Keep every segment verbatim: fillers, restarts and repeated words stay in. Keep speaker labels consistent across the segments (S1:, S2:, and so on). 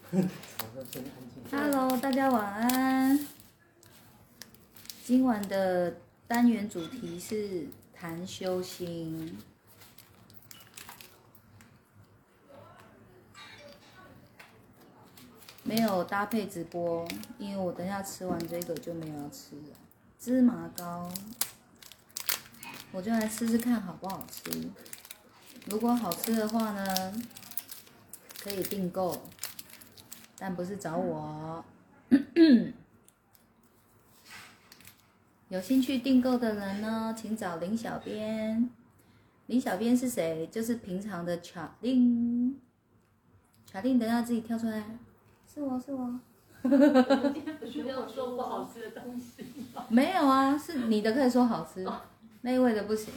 S1: Hello， 大家晚安。今晚的单元主题是谈修心。没有搭配直播，因为我等一下吃完这个就没有要吃了。芝麻糕，我就来吃吃看好不好吃。如果好吃的话呢，可以订购，但不是找我。有兴趣订购的人呢，请找林小编。林小编是谁？就是平常的巧令。巧令，等一下自己跳出来。是我是我。
S2: 没有说不好吃的东西吗？
S1: 没有啊，是你的可以说好吃，哦、那一位的不行。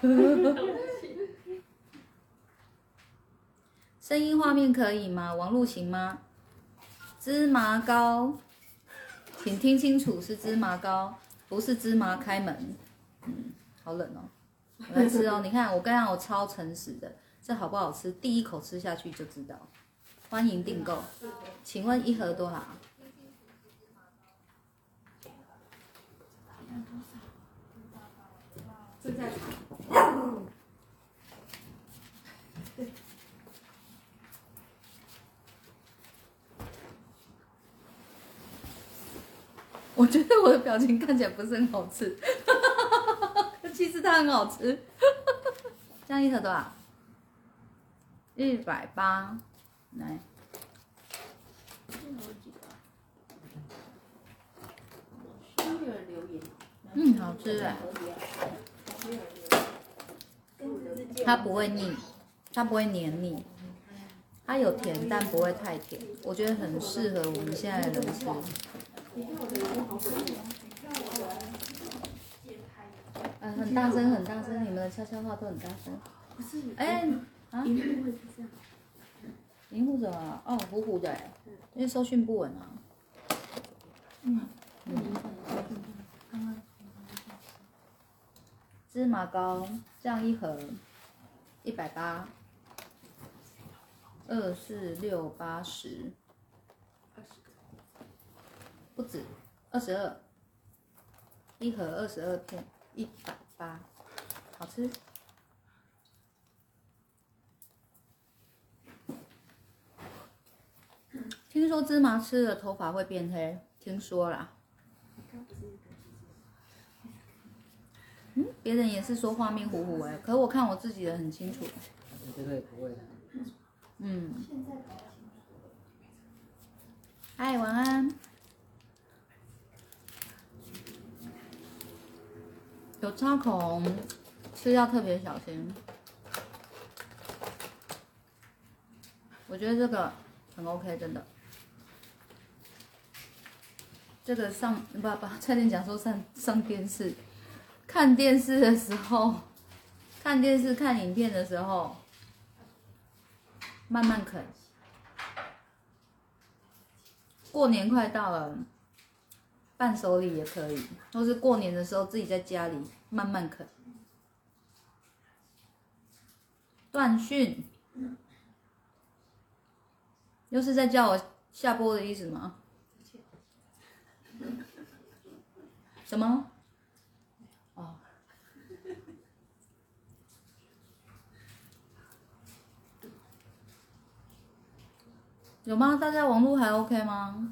S1: 声音画面可以吗？网络行吗？芝麻糕，请听清楚，是芝麻糕，不是芝麻开门。嗯，好冷哦，我来吃哦。你看我刚刚我超诚实的，这好不好吃？第一口吃下去就知道。欢迎订购，请问一盒多少？正在炒。我觉得我的表情看起来不是很好吃，其实它很好吃。这样一盒多少？一百八，来。嗯，好吃哎。它不会腻，它不会黏腻，它有甜但不会太甜，我觉得很适合我们现在的人吃。呃，很大声，很大声，你们的悄悄话都很大声。
S2: 不是，
S1: 哎，啊？
S2: 荧幕会是这样。
S1: 荧幕怎么了？哦，糊糊的哎，因为收讯不稳啊。嗯。嗯。芝麻糕这样一盒，一百八，二四六八十，不止，二十二，一盒二十二片，一百八，好吃。听说芝麻吃了头发会变黑，听说啦。嗯，别人也是说画面糊糊哎，可是我看我自己的很清楚。
S3: 这个也不会的。
S1: 嗯。嗨，晚安。有插孔，吃要特别小心。我觉得这个很 OK， 真的。这个上不不，差点讲说上上电视。看电视的时候，看电视看影片的时候，慢慢啃。过年快到了，伴手礼也可以，或是过年的时候自己在家里慢慢啃。断讯，又是在叫我下播的意思吗？什么？哦。有吗？大家网络还 OK 吗？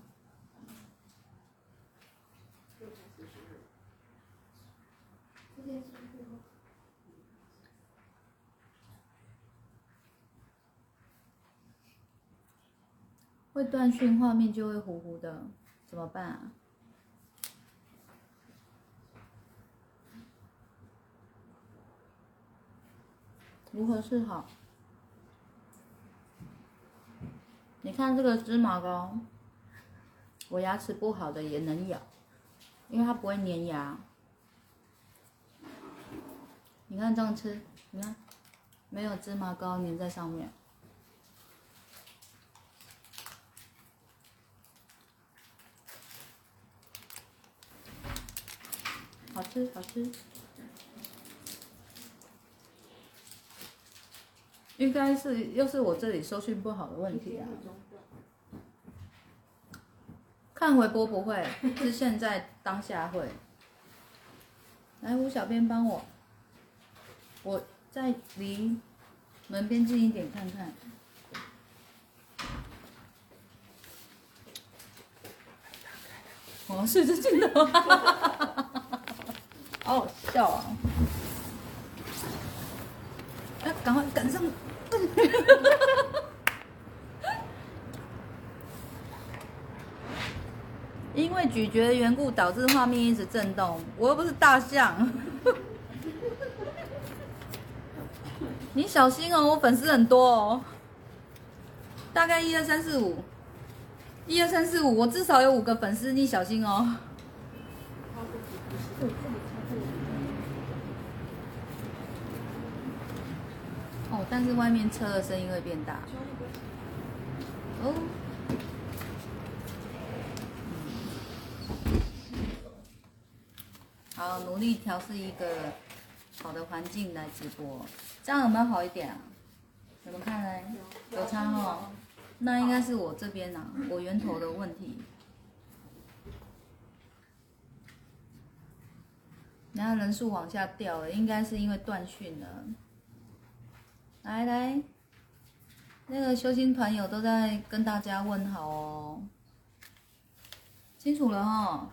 S1: 会断讯，画面就会糊糊的，怎么办啊？如何是好？你看这个芝麻糕，我牙齿不好的也能咬，因为它不会粘牙。你看这样吃，你看没有芝麻糕粘在上面。好吃，好吃。应该是又是我这里收讯不好的问题啊。 看回播不会，是现在当下会。来，吴小编帮我，我再离门边近一点看看。哦，是这镜头，好好笑啊！要赶快赶上。因为咀嚼的缘故，导致画面一直震动。我又不是大象，你小心哦！我粉丝很多哦，大概一二三四五，一二三四五，我至少有五个粉丝，你小心哦。哦，但是外面车的声音会变大。哦。好，努力调试一个好的环境来直播，这样有没有好一点啊？你们看呢？有差哦。那应该是我这边啊，我源头的问题。然后人数往下掉了，应该是因为断讯了。来来，那个修心团友都在跟大家问好哦，清楚了哈。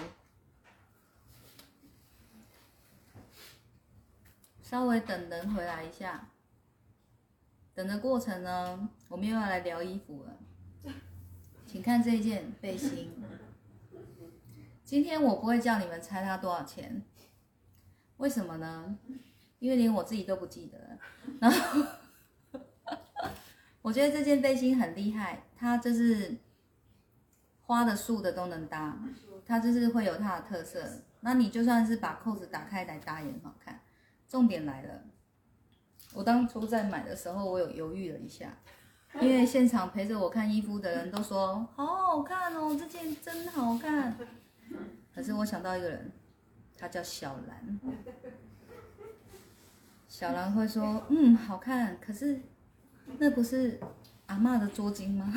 S1: 稍微等人回来一下，等的过程呢，我们又要来聊衣服了。请看这件背心，今天我不会叫你们猜它多少钱，为什么呢？因为连我自己都不记得了。然后，我觉得这件背心很厉害，它就是花的、素的都能搭，它就是会有它的特色。那你就算是把扣子打开来搭也很好看。重点来了，我当初在买的时候，我有犹豫了一下，因为现场陪着我看衣服的人都说好好看哦，这件真好看。可是我想到一个人，他叫小兰，小兰会说嗯好看，可是那不是阿嬷的桌巾吗？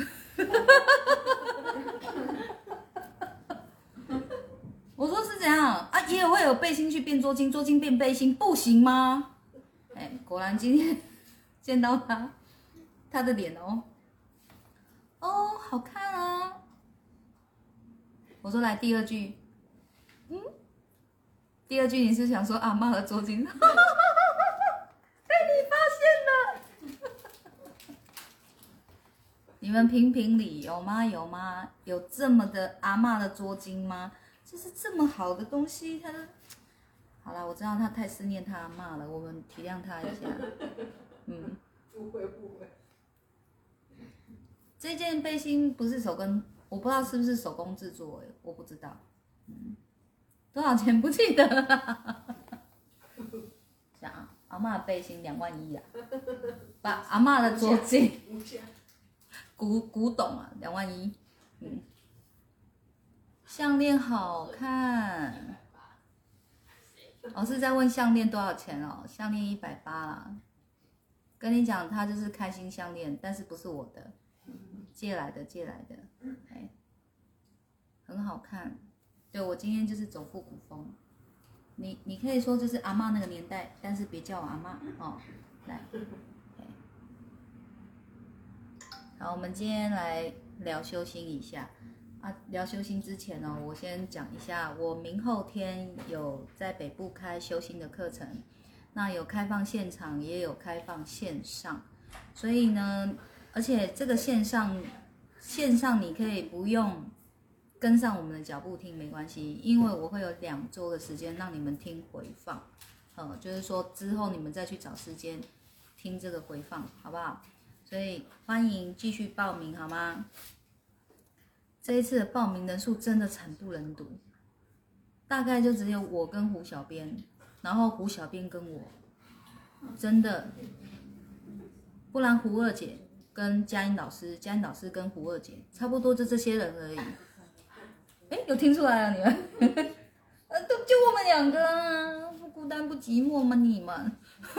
S1: 我说是怎样啊？也有会有背心去变桌巾，桌巾变背心，不行吗？哎，果然今天见到他，他的脸哦，哦，好看啊！我说来第二句，嗯，第二句你是想说阿嬷的桌巾？被你发现了！你们评评理，有吗？有吗？有这么的阿嬷的桌巾吗？就是这么好的东西，他都好了。我知道他太思念他阿嬷了，我们体谅他一下。嗯，
S2: 不会不会。
S1: 这件背心不是手工，我不知道是不是手工制作，哎，我不知道。嗯，多少钱不记得了。想啊，阿嬷的背心两万一啊，把阿嬷的桌巾，古古董啊，两万一。嗯。项链好看，我、哦、是在问项链多少钱哦？项链一百八啦，跟你讲，它就是开心项链，但是不是我的，借来的，借来的，哎，很好看。对，我今天就是走复古风，你你可以说这是阿嬷那个年代，但是别叫我阿嬷哦。来，好，我们今天来聊修心一下。啊，聊修心之前呢、哦，我先讲一下，我明后天有在北部开修心的课程，那有开放现场，也有开放线上，所以呢，而且这个线上线上你可以不用跟上我们的脚步听，没关系，因为我会有两周的时间让你们听回放，呃，就是说之后你们再去找时间听这个回放，好不好？所以欢迎继续报名，好吗？这一次的报名人数真的惨不忍睹，大概就只有我跟胡小编，然后胡小编跟我，真的，不然胡二姐跟佳音老师，佳音老师跟胡二姐，差不多就这些人而已。哎，有听出来啊你们？呃，都就我们两个啊，不孤单不寂寞吗你们？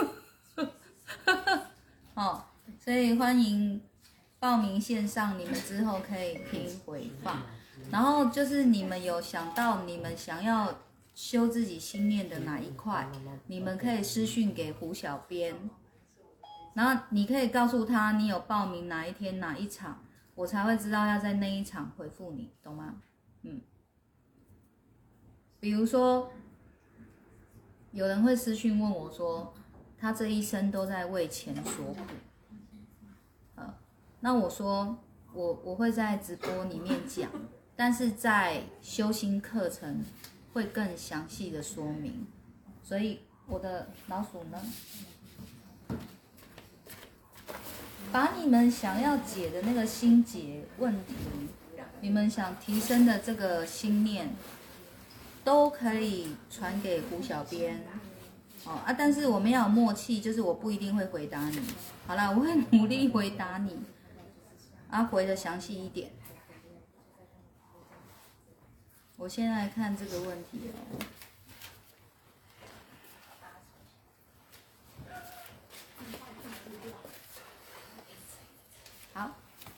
S1: 哦，所以欢迎。报名线上，你们之后可以听回放。 然后就是你们有想到你们想要修自己心念的哪一块，你们可以私讯给胡小编，然后你可以告诉他你有报名哪一天哪一场，我才会知道要在那一场回复你，懂吗？嗯，比如说有人会私讯问我说，他这一生都在为钱所苦，呃，那我说我我会在直播里面讲，但是在修心课程会更详细的说明，所以我的老鼠呢，把你们想要解的那个心结问题，你们想提升的这个心念，都可以传给胡小编，哦啊，但是我们要有默契，就是我不一定会回答你，好啦，我会努力回答你，啊，回的详细一点。我现在来看这个问题哦。好，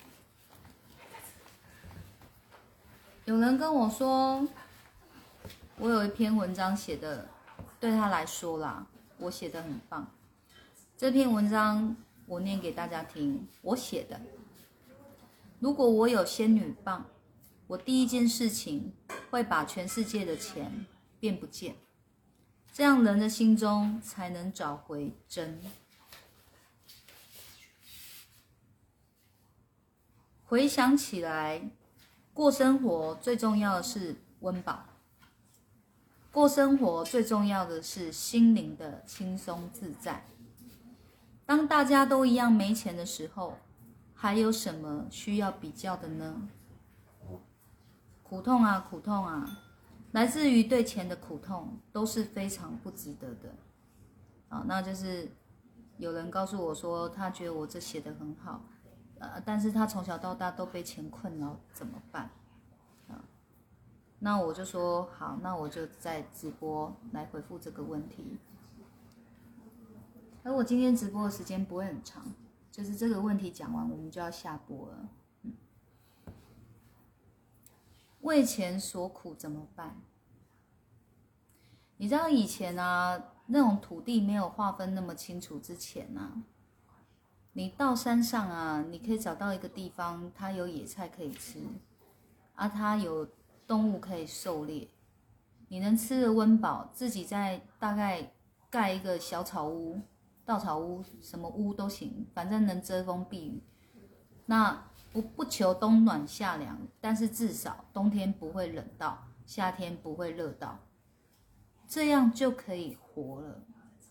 S1: 有人跟我说，我有一篇文章写的，对他来说啦，我写的很棒。这篇文章我念给大家听，我写的。如果我有仙女棒，我第一件事情会把全世界的钱变不见，这样人的心中才能找回真。回想起来，过生活最重要的是温饱，过生活最重要的是心灵的轻松自在。当大家都一样没钱的时候，还有什么需要比较的呢？苦痛啊，苦痛啊，来自于对钱的苦痛，都是非常不值得的。啊，那就是有人告诉我说，他觉得我这写得很好，呃，但是他从小到大都被钱困扰，怎么办？啊，那我就说好，那我就在直播来回复这个问题。而我今天直播的时间不会很长，就是这个问题讲完，我们就要下播了。嗯，为钱所苦怎么办？你知道以前啊，那种土地没有划分那么清楚之前啊，你到山上啊，你可以找到一个地方，它有野菜可以吃，啊，它有动物可以狩猎，你能吃得温饱，自己在大概盖一个小草屋、稻草屋，什么屋都行，反正能遮风避雨。那不不求冬暖夏凉，但是至少冬天不会冷到，夏天不会热到，这样就可以活了。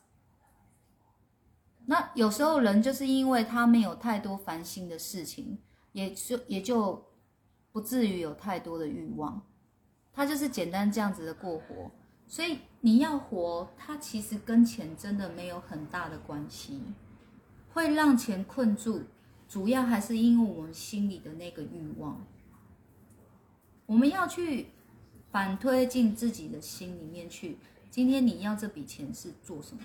S1: 那有时候人就是因为他没有太多烦心的事情，也就也就不至于有太多的欲望，他就是简单这样子的过活。所以你要活，它其实跟钱真的没有很大的关系，会让钱困住，主要还是因为我们心里的那个欲望。我们要去反推进自己的心里面去，今天你要这笔钱是做什么的？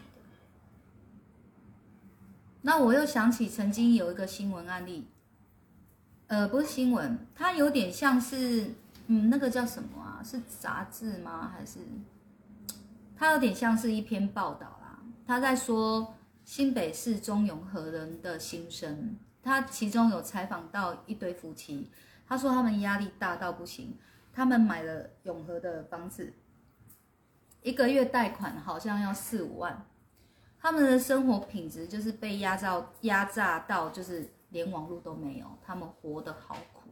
S1: 那我又想起曾经有一个新闻案例，呃，不是新闻，它有点像是，嗯，那个叫什么啊？是杂志吗？还是？它有点像是一篇报道啦。他在说新北市中永和人的心声，他其中有采访到一对夫妻，他说他们压力大到不行，他们买了永和的房子，一个月贷款好像要四五万。他们的生活品质就是被压榨压榨到，就是连网络都没有，他们活得好苦。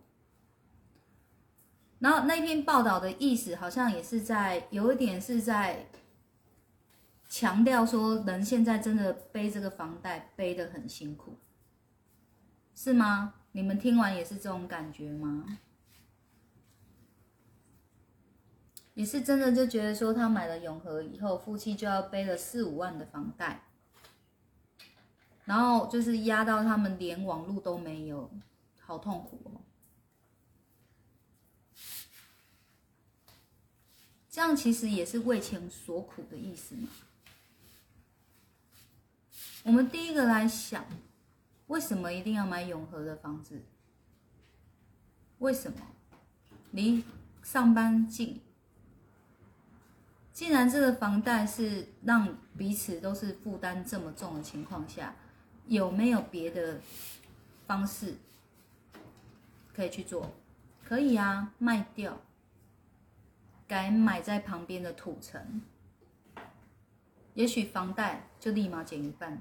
S1: 然后那篇报道的意思好像也是在有一点是在强调说，人现在真的背这个房贷背得很辛苦，是吗？你们听完也是这种感觉吗？也是真的就觉得说，他买了永和以后，夫妻就要背了四五万的房贷，然后就是压到他们连网络都没有，好痛苦哦。这样其实也是为钱所苦的意思嘛。我们第一个来想，为什么一定要买永和的房子？为什么？ 离上班近。既然这个房贷是让彼此都是负担这么重的情况下，有没有别的方式可以去做？可以啊，卖掉，改买在旁边的土城，也许房贷就立马减一半了。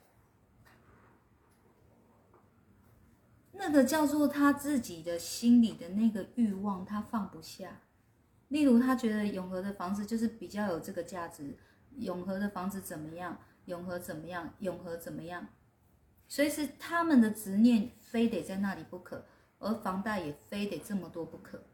S1: 那个叫做他自己的心里的那个欲望，他放不下。例如，他觉得永和的房子就是比较有这个价值，永和的房子怎么样，永和怎么样，永和怎么样，所以是他们的执念非得在那里不可，而房贷也非得这么多不可。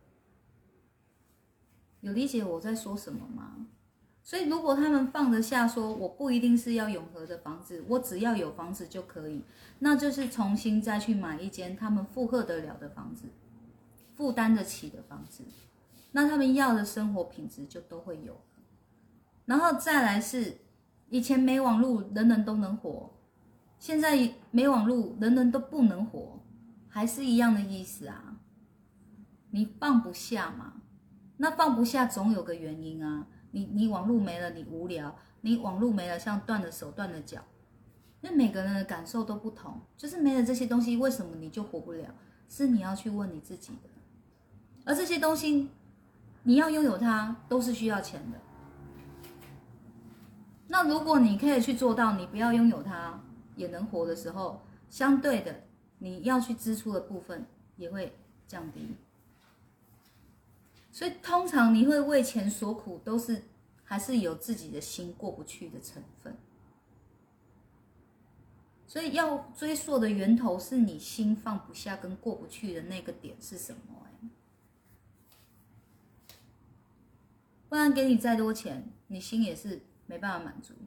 S1: 有理解我在说什么吗？所以如果他们放得下说，我不一定是要永和的房子，我只要有房子就可以，那就是重新再去买一间他们负荷得了的房子，负担得起的房子，那他们要的生活品质就都会有。然后再来是，以前没网路人人都能活，现在没网路人人都不能活，还是一样的意思啊。你放不下嘛，那放不下总有个原因啊。你你网路没了，你无聊；你网路没了，像断了手断了脚。那每个人的感受都不同，就是没了这些东西，为什么你就活不了？是你要去问你自己的。而这些东西，你要拥有它，都是需要钱的。那如果你可以去做到，你不要拥有它也能活的时候，相对的，你要去支出的部分也会降低。所以通常你会为钱所苦，都是还是有自己的心过不去的成分。所以要追溯的源头是你心放不下跟过不去的那个点是什么、欸、不然给你再多钱，你心也是没办法满足。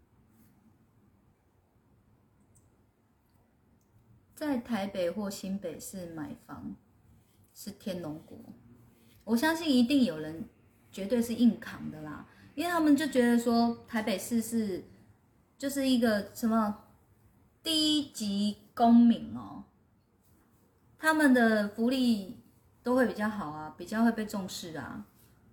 S1: 在台北或新北市买房是天龙国，我相信一定有人绝对是硬扛的啦，因为他们就觉得说台北市是就是一个什么第一级公民哦，他们的福利都会比较好啊，比较会被重视啊。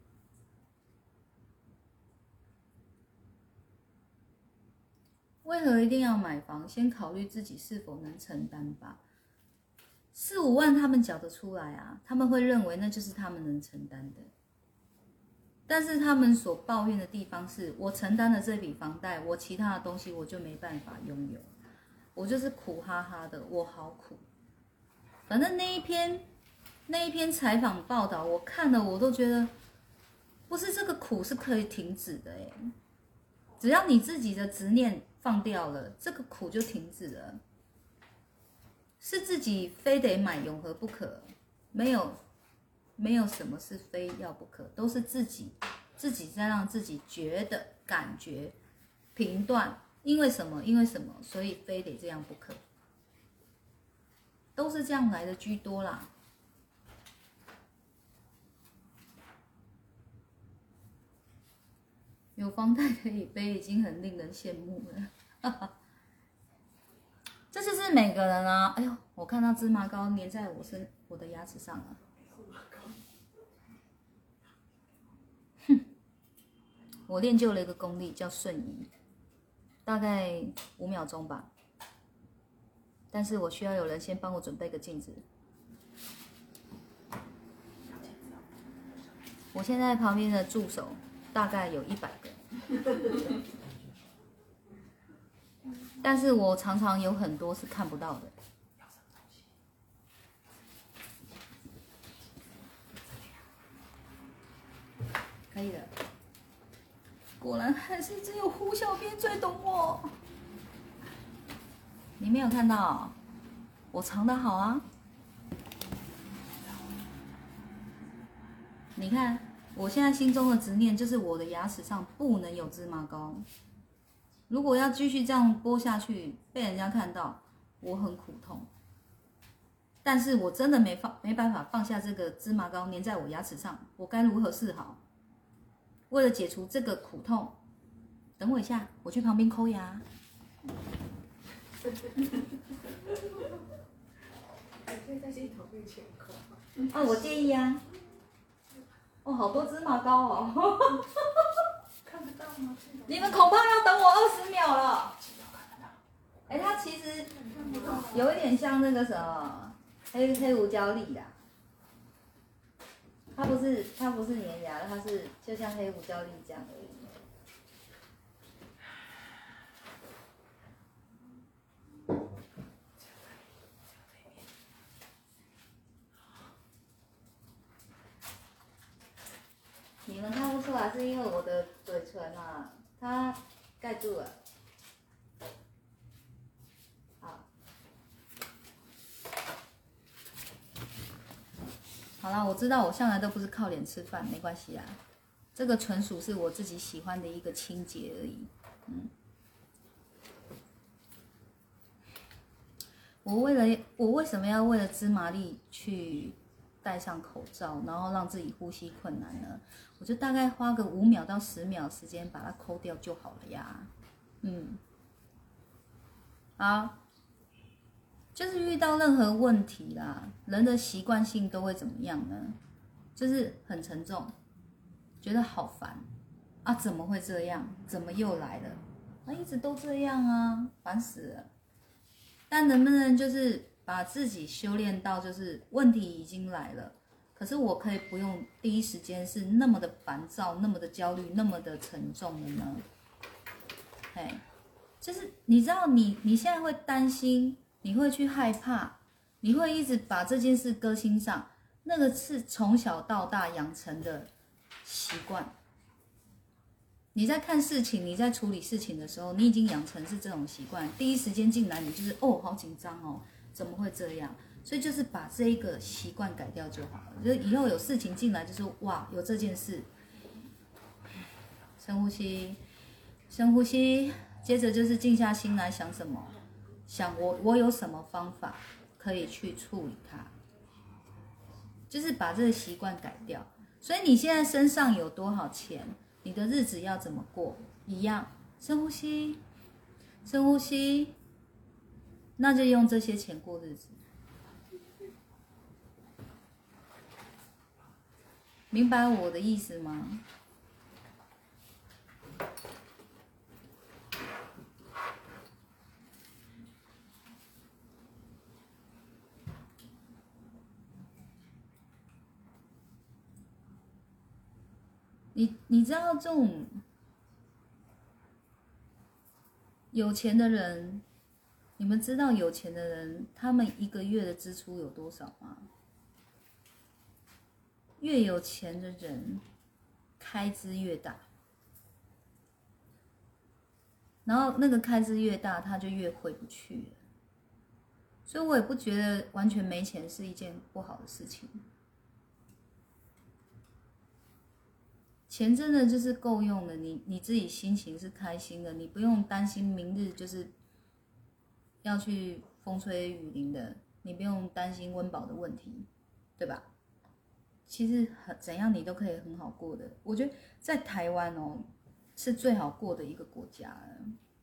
S1: 为何一定要买房？先考虑自己是否能承担吧。四五万他们缴得出来啊，他们会认为那就是他们能承担的。但是他们所抱怨的地方是，我承担了这笔房贷，我其他的东西我就没办法拥有，我就是苦哈哈的，我好苦。反正那一篇那一篇采访报道，我看了我都觉得，不是这个苦是可以停止的哎，只要你自己的执念放掉了，这个苦就停止了。是自己非得买永和不可，没有没有什么是非要不可，都是自己自己在让自己觉得感觉评断，因为什么因为什么，所以非得这样不可，都是这样来的居多啦。有房贷可以背，已经很令人羡慕了。这就是每个人啊！哎呦，我看到芝麻糕粘在我身我的牙齿上了。哼，我练就了一个功力，叫瞬移，大概五秒钟吧。但是我需要有人先帮我准备个镜子。我现在旁边的助手大概有一百个。但是我常常有很多是看不到的。可以的。果然还是只有胡小编最懂我。你没有看到，我藏得好啊。你看，我现在心中的执念就是我的牙齿上不能有芝麻糕。如果要继续这样剥下去，被人家看到，我很苦痛。但是我真的没放没办法放下这个芝麻糕粘在我牙齿上，我该如何是好？为了解除这个苦痛，等我一下，我去旁边抠牙。
S2: 可以在镜头面前抠。
S1: 哦，我介意啊。 哦，好多芝麻糕哦。
S2: 看得到吗？
S1: 你们恐怕要等我二十秒了。哎，它其实有一点像那个什么黑黑胡椒粒啦。它不是它不是粘牙的，它是就像黑胡椒粒这样而已。你们看不出来，是因为我的嘴唇啊，它盖住了。好，好啦，我知道我向来都不是靠脸吃饭，没关系啦。这个纯属是我自己喜欢的一个清洁而已。嗯，我为了我为什么要为了芝麻粒去戴上口罩，然后让自己呼吸困难呢？我就大概花个五秒到十秒时间把它抠掉就好了呀。嗯，好，就是遇到任何问题啦，人的习惯性都会怎么样呢？就是很沉重，觉得好烦啊！怎么会这样？怎么又来了？啊，一直都这样啊，烦死了。但能不能就是把自己修炼到，就是问题已经来了，可是我可以不用第一时间是那么的烦躁、那么的焦虑、那么的沉重的呢？哎，就是你知道你，你现在会担心，你会去害怕，你会一直把这件事搁心上，那个是从小到大养成的习惯。你在看事情，你在处理事情的时候，你已经养成是这种习惯。第一时间进来，你就是哦，好紧张哦，怎么会这样？所以就是把这一个习惯改掉就好了。就是以后有事情进来，就是哇，有这件事，深呼吸，深呼吸，接着就是静下心来想什么，想我我有什么方法可以去处理它，就是把这个习惯改掉。所以你现在身上有多少钱？你的日子要怎么过？一样，深呼吸，深呼吸，那就用这些钱过日子。明白我的意思吗？你你知道这种有钱的人，你们知道有钱的人他们一个月的支出有多少吗？越有钱的人开支越大，然后那个开支越大，他就越回不去了。所以我也不觉得完全没钱是一件不好的事情。钱真的就是够用的，你你自己心情是开心的，你不用担心明日就是要去风吹雨淋的，你不用担心温饱的问题，对吧？其实很怎样你都可以很好过的。我觉得在台湾哦，是最好过的一个国家了。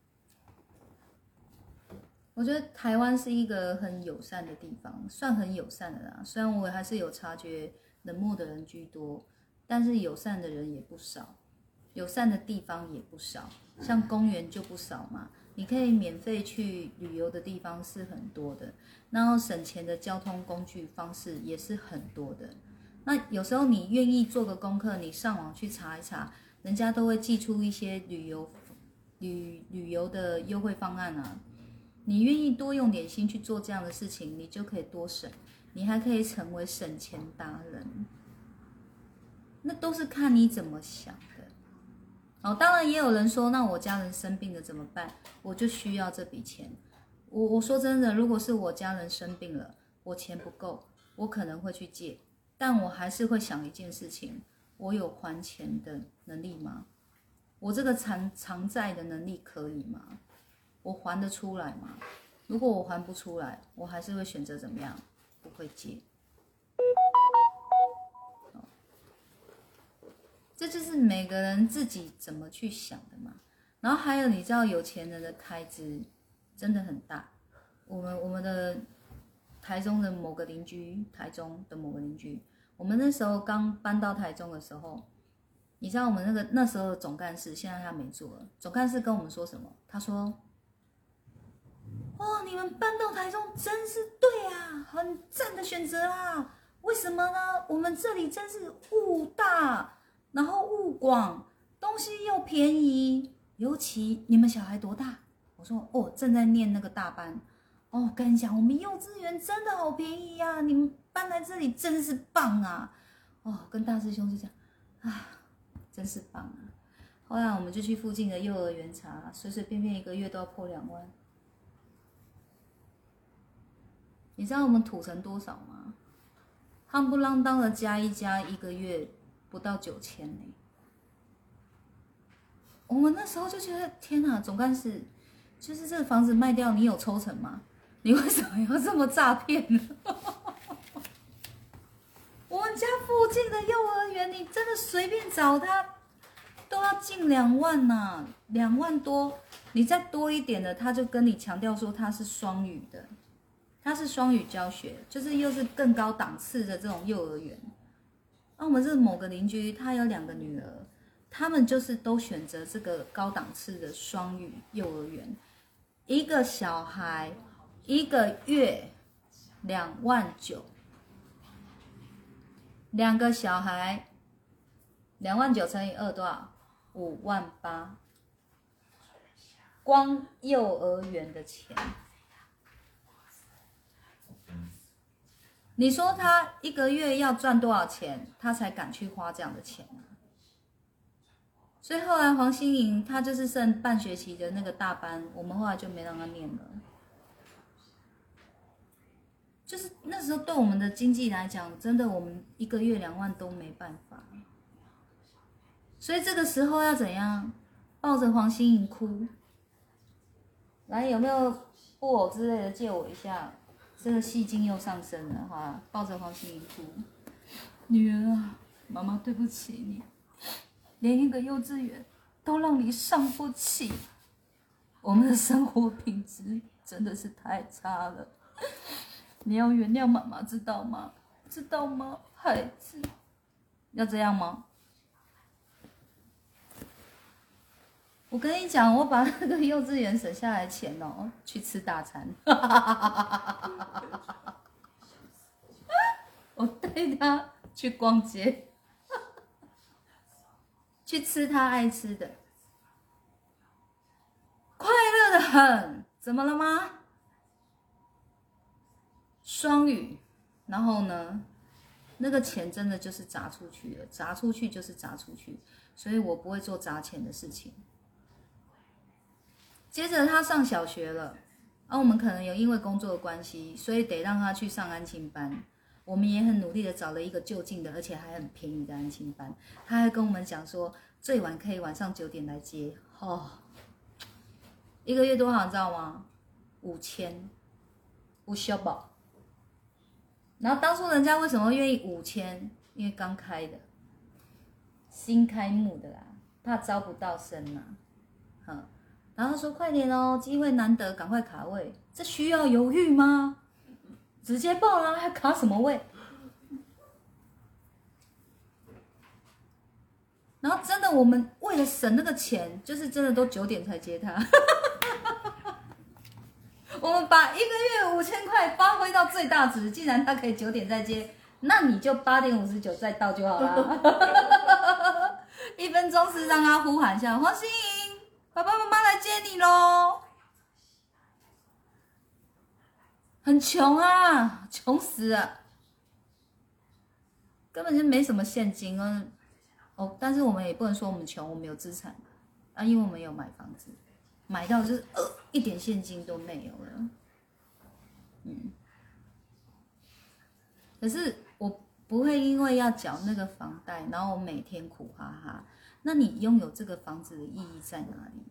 S1: 我觉得台湾是一个很友善的地方，算很友善的啦。虽然我还是有察觉冷漠的人居多，但是友善的人也不少，友善的地方也不少，像公园就不少嘛。你可以免费去旅游的地方是很多的，然后省钱的交通工具方式也是很多的。那有时候你愿意做个功课，你上网去查一查，人家都会寄出一些旅游旅旅游的优惠方案啊。你愿意多用点心去做这样的事情，你就可以多省，你还可以成为省钱达人。那都是看你怎么想的。哦，当然也有人说，那我家人生病了怎么办？我就需要这笔钱。我我说真的，如果是我家人生病了，我钱不够，我可能会去借，但我还是会想一件事情：我有还钱的能力吗？我这个偿偿债的能力可以吗？我还得出来吗？如果我还不出来，我还是会选择怎么样？不会借。这就是每个人自己怎么去想的嘛。然后还有，你知道有钱人的开支真的很大。我们我们的台中的某个邻居，台中的某个邻居， 我们那时候刚搬到台中的时候，你知道我们那个那时候的总干事，现在他没做了。总干事跟我们说什么？他说：“哦，你们搬到台中真是对啊，很赞的选择啊！为什么呢？我们这里真是物大，然后物广，东西又便宜。尤其你们小孩多大？”我说：“哦，正在念那个大班。哦，跟你讲，我们幼稚园真的好便宜呀、啊！你们搬来这里真是棒啊！哦，跟大师兄就讲，啊，真是棒啊！后来我们就去附近的幼儿园查，随随便便一个月都要破两万。你知道我们土城多少吗？夯不啷当的加一加，一个月不到九千呢。我们那时候就觉得，天哪，总干事，就是这个房子卖掉，你有抽成吗？你为什么要这么诈骗呢？我们家附近的幼儿园，你真的随便找他，都要近两万呐、啊，两万多。你再多一点的，他就跟你强调说他是双语的，他是双语教学，就是又是更高档次的这种幼儿园。那、啊、我们这某个邻居，他有两个女儿，他们就是都选择这个高档次的双语幼儿园，一个小孩。一个月两万九，两个小孩，两万九乘以二多少？五万八。光幼儿园的钱，你说他一个月要赚多少钱，他才敢去花这样的钱呢？所以后来黄心颖他就是剩半学期的那个大班，我们后来就没让他念了。就是那时候对我们的经济来讲，真的我们一个月两万都没办法，所以这个时候要怎样？抱着黄心颖哭，来有没有布偶之类的借我一下？这个戏精又上升了哈！抱着黄心颖哭，女儿啊，妈妈对不起你，连一个幼稚园都让你上不起，我们的生活品质真的是太差了。你要原谅妈妈，知道吗？知道吗，孩子？要这样吗？我跟你讲，我把那个幼稚园省下来钱哦，去吃大餐。我带他去逛街，去吃他爱吃的，快乐的很。怎么了吗？双语，然后呢，那个钱真的就是砸出去了，砸出去就是砸出去，所以我不会做砸钱的事情。接着他上小学了，啊，我们可能有因为工作的关系，所以得让他去上安亲班。我们也很努力的找了一个就近的，而且还很便宜的安亲班。他还跟我们讲说，最晚可以晚上九点来接。哦，一个月多少你知道吗？五千，五小宝。然后当初人家为什么愿意五千？因为刚开的，新开幕的啦，怕招不到生呐、啊。嗯，然后他说快点哦，机会难得，赶快卡位。这需要犹豫吗？直接报啦，还卡什么位？然后真的，我们为了省那个钱，就是真的都九点才接他。我们把一个月五千块发挥到最大值，既然他可以九点再接，那你就八点五十九再到就好了。一分钟是让他呼喊一下黄心颖，爸爸妈妈来接你咯。很穷啊，穷死了，根本就没什么现金啊。哦，但是我们也不能说我们穷，我们有资产啊，因为我们有买房子。买到就是呃一点现金都没有了，嗯，可是我不会因为要缴那个房贷，然后我每天苦哈哈。那你拥有这个房子的意义在哪里？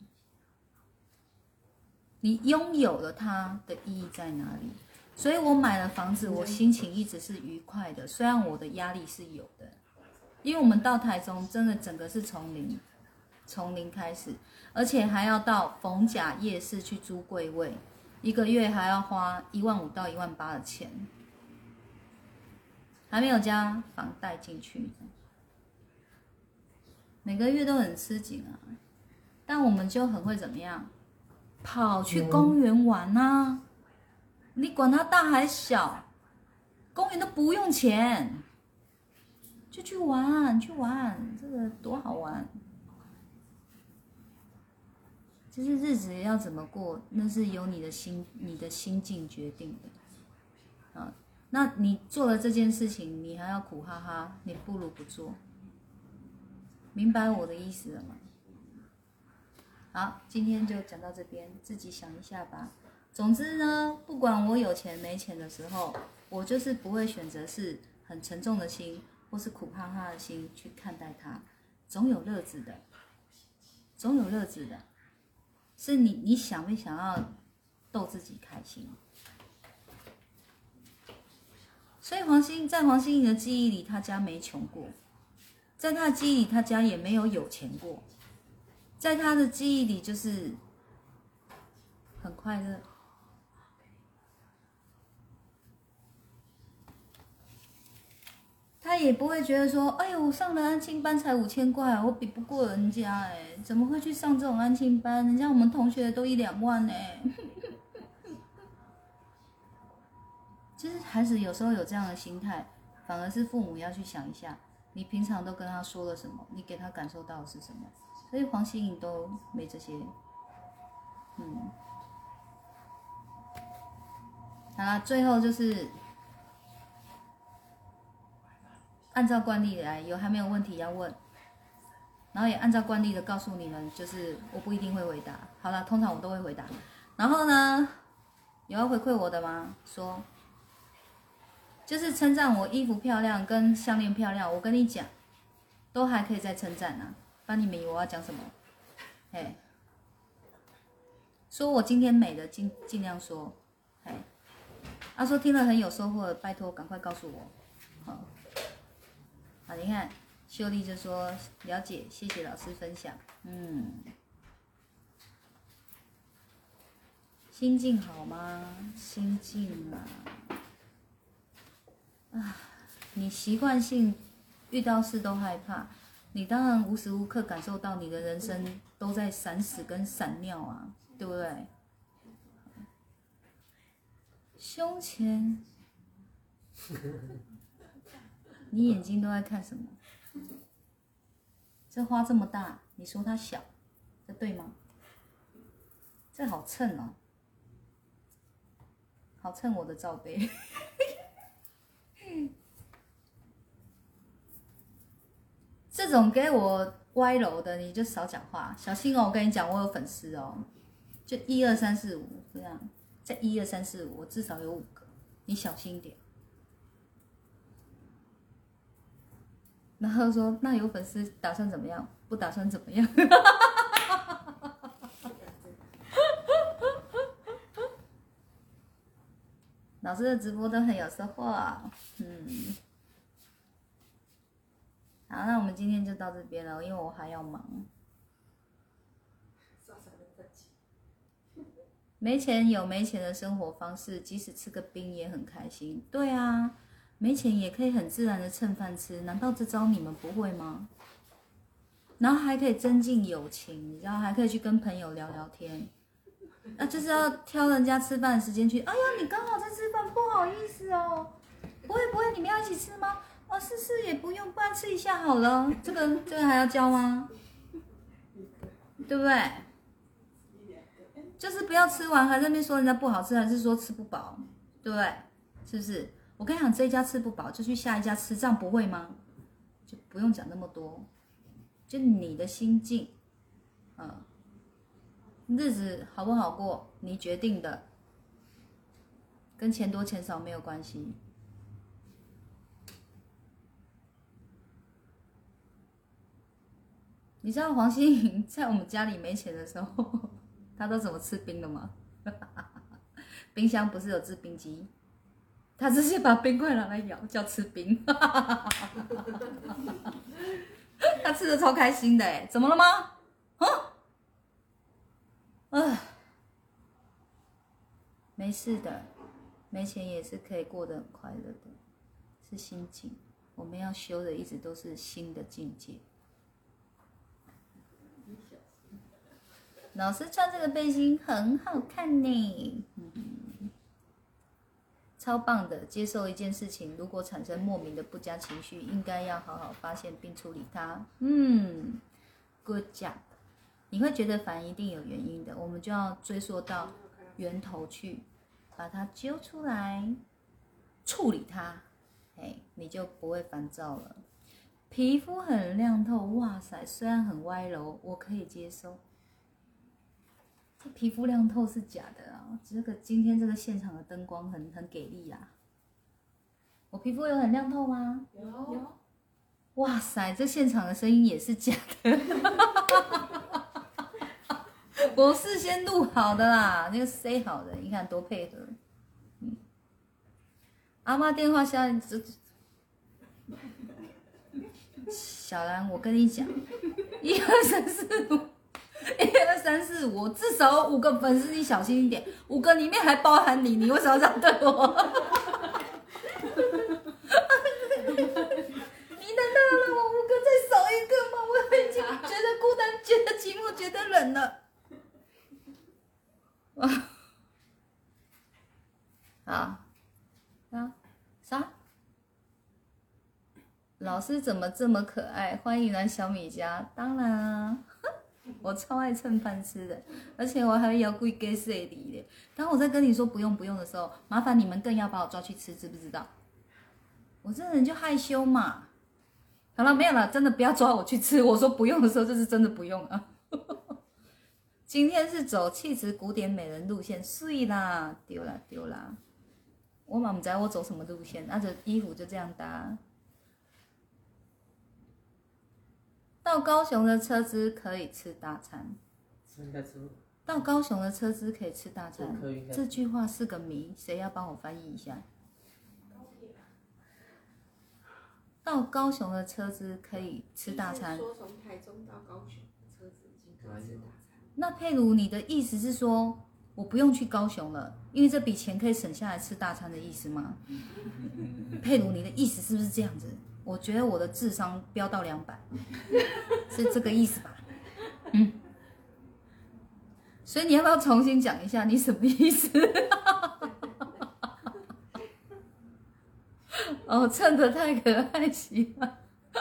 S1: 你拥有了它的意义在哪里？所以我买了房子，我心情一直是愉快的，虽然我的压力是有的，因为我们到台中真的整个是从零。从零开始，而且还要到逢甲夜市去租柜位，一个月还要花一万五到一万八的钱， 还没有加房贷进去，每个月都很吃紧啊。但我们就很会怎么样，跑去公园玩啊！你管它大还小，公园都不用钱，就去玩去玩，这个多好玩！就是日子要怎么过，那是由你的心、你的心境决定的。啊，那你做了这件事情，你还要苦哈哈，你不如不做。明白我的意思了吗？好，今天就讲到这边，自己想一下吧。总之呢，不管我有钱没钱的时候，我就是不会选择是很沉重的心，或是苦哈哈的心去看待它，总有乐子的，总有乐子的。是你，你想不想要逗自己开心？所以黄心在黄心怡的记忆里，他家没穷过，在他的记忆里，他家也没有有钱过，在他的记忆里就是很快乐。他也不会觉得说，哎呦，我上了安亲班才五千块，我比不过人家哎，怎么会去上这种安亲班？人家我们同学都一两万哎。其实孩子有时候有这样的心态，反而是父母要去想一下，你平常都跟他说了什么，你给他感受到的是什么？所以黄心颖都没这些，嗯。好啦，最后就是。按照惯例来，有还没有问题要问，然后也按照惯例的告诉你们，就是我不一定会回答。好了，通常我都会回答。然后呢，有要回馈我的吗？说，就是称赞我衣服漂亮跟项链漂亮。我跟你讲，都还可以再称赞啊。不然你们以为我要讲什么？嘿，说我今天美的尽尽量说，嘿，他说听了很有收获的，拜托赶快告诉我，好。好，你看秀丽就说了解，谢谢老师分享。嗯，心境好吗？心境啊，啊，你习惯性遇到事都害怕，你当然无时无刻感受到你的人生都在闪死跟闪尿啊，对不对？胸前。你眼睛都在看什么？这花这么大，你说它小，这对吗？这好蹭哦，好蹭我的罩杯。这种给我歪楼的，你就少讲话，小心哦！我跟你讲，我有粉丝哦，就一二三四五这样，在一二三四五，我至少有五个，你小心一点。然后说，那有粉丝打算怎么样？不打算怎么样？老师的直播都很有收获，嗯。好，那我们今天就到这边了，因为我还要忙。没钱有没钱的生活方式，即使吃个冰也很开心。对啊。没钱也可以很自然的蹭饭吃，难道这招你们不会吗？然后还可以增进友情，然后还可以去跟朋友聊聊天。那、啊、就是要挑人家吃饭的时间去。哎呀，你刚好在吃饭，不好意思哦。不会不会，你们要一起吃吗？哦，是是也不用，不然吃一下好了。这个这个还要教吗？对不对？就是不要吃完还在那边说人家不好吃，还是说吃不饱，对不对？是不是？我跟你讲，这一家吃不饱就去下一家吃，这样不会吗？就不用讲那么多，就你的心境，嗯，日子好不好过，你决定的，跟钱多钱少没有关系。你知道黄心颖在我们家里没钱的时候，她都怎么吃冰的吗？冰箱不是有制冰机？他直接把冰块拿来咬，叫吃冰。他吃的超开心的哎，怎么了吗？啊，没事的，没钱也是可以过得很快乐的，是是心境。我们要修的一直都是新的境界。老师穿这个背心很好看呢，嗯，超棒的。接受一件事情，如果产生莫名的不佳情绪，应该要好好发现并处理它。嗯 ，Good job。你会觉得烦一定有原因的，我们就要追溯到源头去，把它揪出来，处理它，哎，你就不会烦躁了。皮肤很亮透，哇塞，虽然很歪柔，我可以接受。这皮肤亮透是假的啊，这个今天这个现场的灯光很很给力啦。我皮肤有很亮透吗？
S2: 有有。
S1: 哇塞，这现场的声音也是假的。我事先录好的啦，那个 say 好的，你看多配合。嗯，阿妈电话下，这小兰，我跟你讲，一二三四五，一二三四五，至少有五个粉丝，你小心一点，五个里面还包含你，你为什么要这样对我？你难道要让我五个再少一个吗？我已经觉得孤单，觉得寂寞，觉得冷了。啊啊啥？老师怎么这么可爱？欢迎来小米家。当然啊，我超爱蹭饭吃的，而且我还要贵给谁的。当我在跟你说不用不用的时候，麻烦你们更要把我抓去吃，知不知道？我这人就害羞嘛。好了，没有了，真的不要抓我去吃。我说不用的时候，就是真的不用啊。今天是走气质古典美人路线，碎啦，丢啦丢啦。我嘛不知道我走什么路线，那这衣服就这样搭。到高雄的车资可以吃大餐。
S3: 应该吃。
S1: 到高雄的车资可以吃大餐，这句话是个谜，谁要帮我翻译一下？到高雄的车资可以吃大餐。
S2: 说从台中到高雄的车子已经可以吃大餐。
S1: 那佩如，你的意思是说，我不用去高雄了，因为这笔钱可以省下来吃大餐的意思吗？佩如，你的意思是不是这样子？我觉得我的智商飙到两百，是这个意思吧？嗯。所以你要不要重新讲一下你什么意思？哦，蹭得太可爱，喜欢。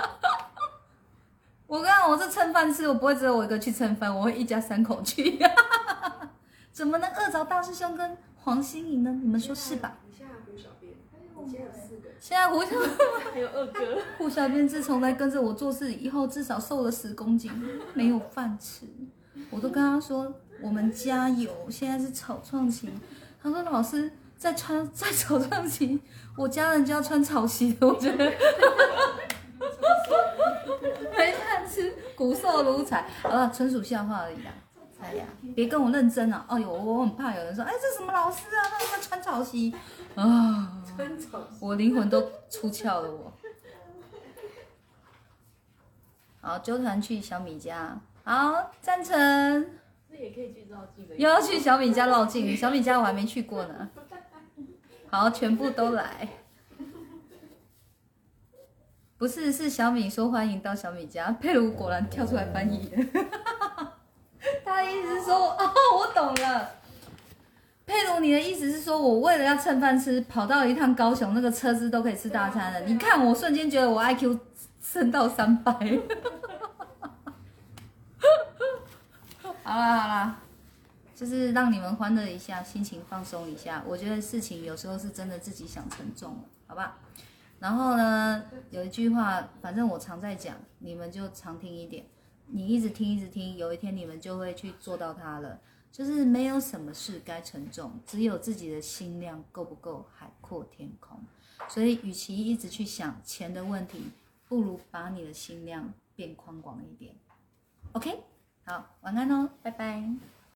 S1: 我刚刚我是蹭饭吃，我不会只有我一个去蹭饭，我会一家三口去。怎么能饿着大师兄跟黄心颖呢？你们说是吧？
S2: 你现在胡小编，你现在有四个。
S1: 现在胡小
S2: 还有二哥。
S1: 胡小编自从来跟着我做事以后，至少瘦了十公斤，没有饭吃。我都跟他说，我们加油，现在是草创期。他说老师在穿在草创期，我家人就要穿草席的，我觉得。没饭吃，骨瘦如柴。好了，纯属笑话而已啦。哎呀，别跟我认真啊！哎呦，我很怕有人说，哎，这什么老师啊？他在穿草席啊！
S2: 穿草席，
S1: 我灵魂都出窍了我。好，纠团去小米家，好，赞成。
S2: 这也可以去绕境的。
S1: 又要去小米家绕境，小米家我还没去过呢。好，全部都来。不是，是小米说欢迎到小米家，佩如果然跳出来翻译了。他的意思是说，哦，我懂了。佩如，你的意思是说我为了要蹭饭吃，跑到一趟高雄，那个车资都可以吃大餐了。你看，我瞬间觉得我 I Q 升到三百。好啦好啦，就是让你们欢乐一下，心情放松一下。我觉得事情有时候是真的自己想沉重了，好吧？然后呢，有一句话，反正我常在讲，你们就常听一点。你一直听一直听，有一天你们就会去做到它了。就是没有什么事该沉重，只有自己的心量够不够海阔天空。所以，与其一直去想钱的问题，不如把你的心量变宽广一点。OK， 好，晚安哦，拜拜。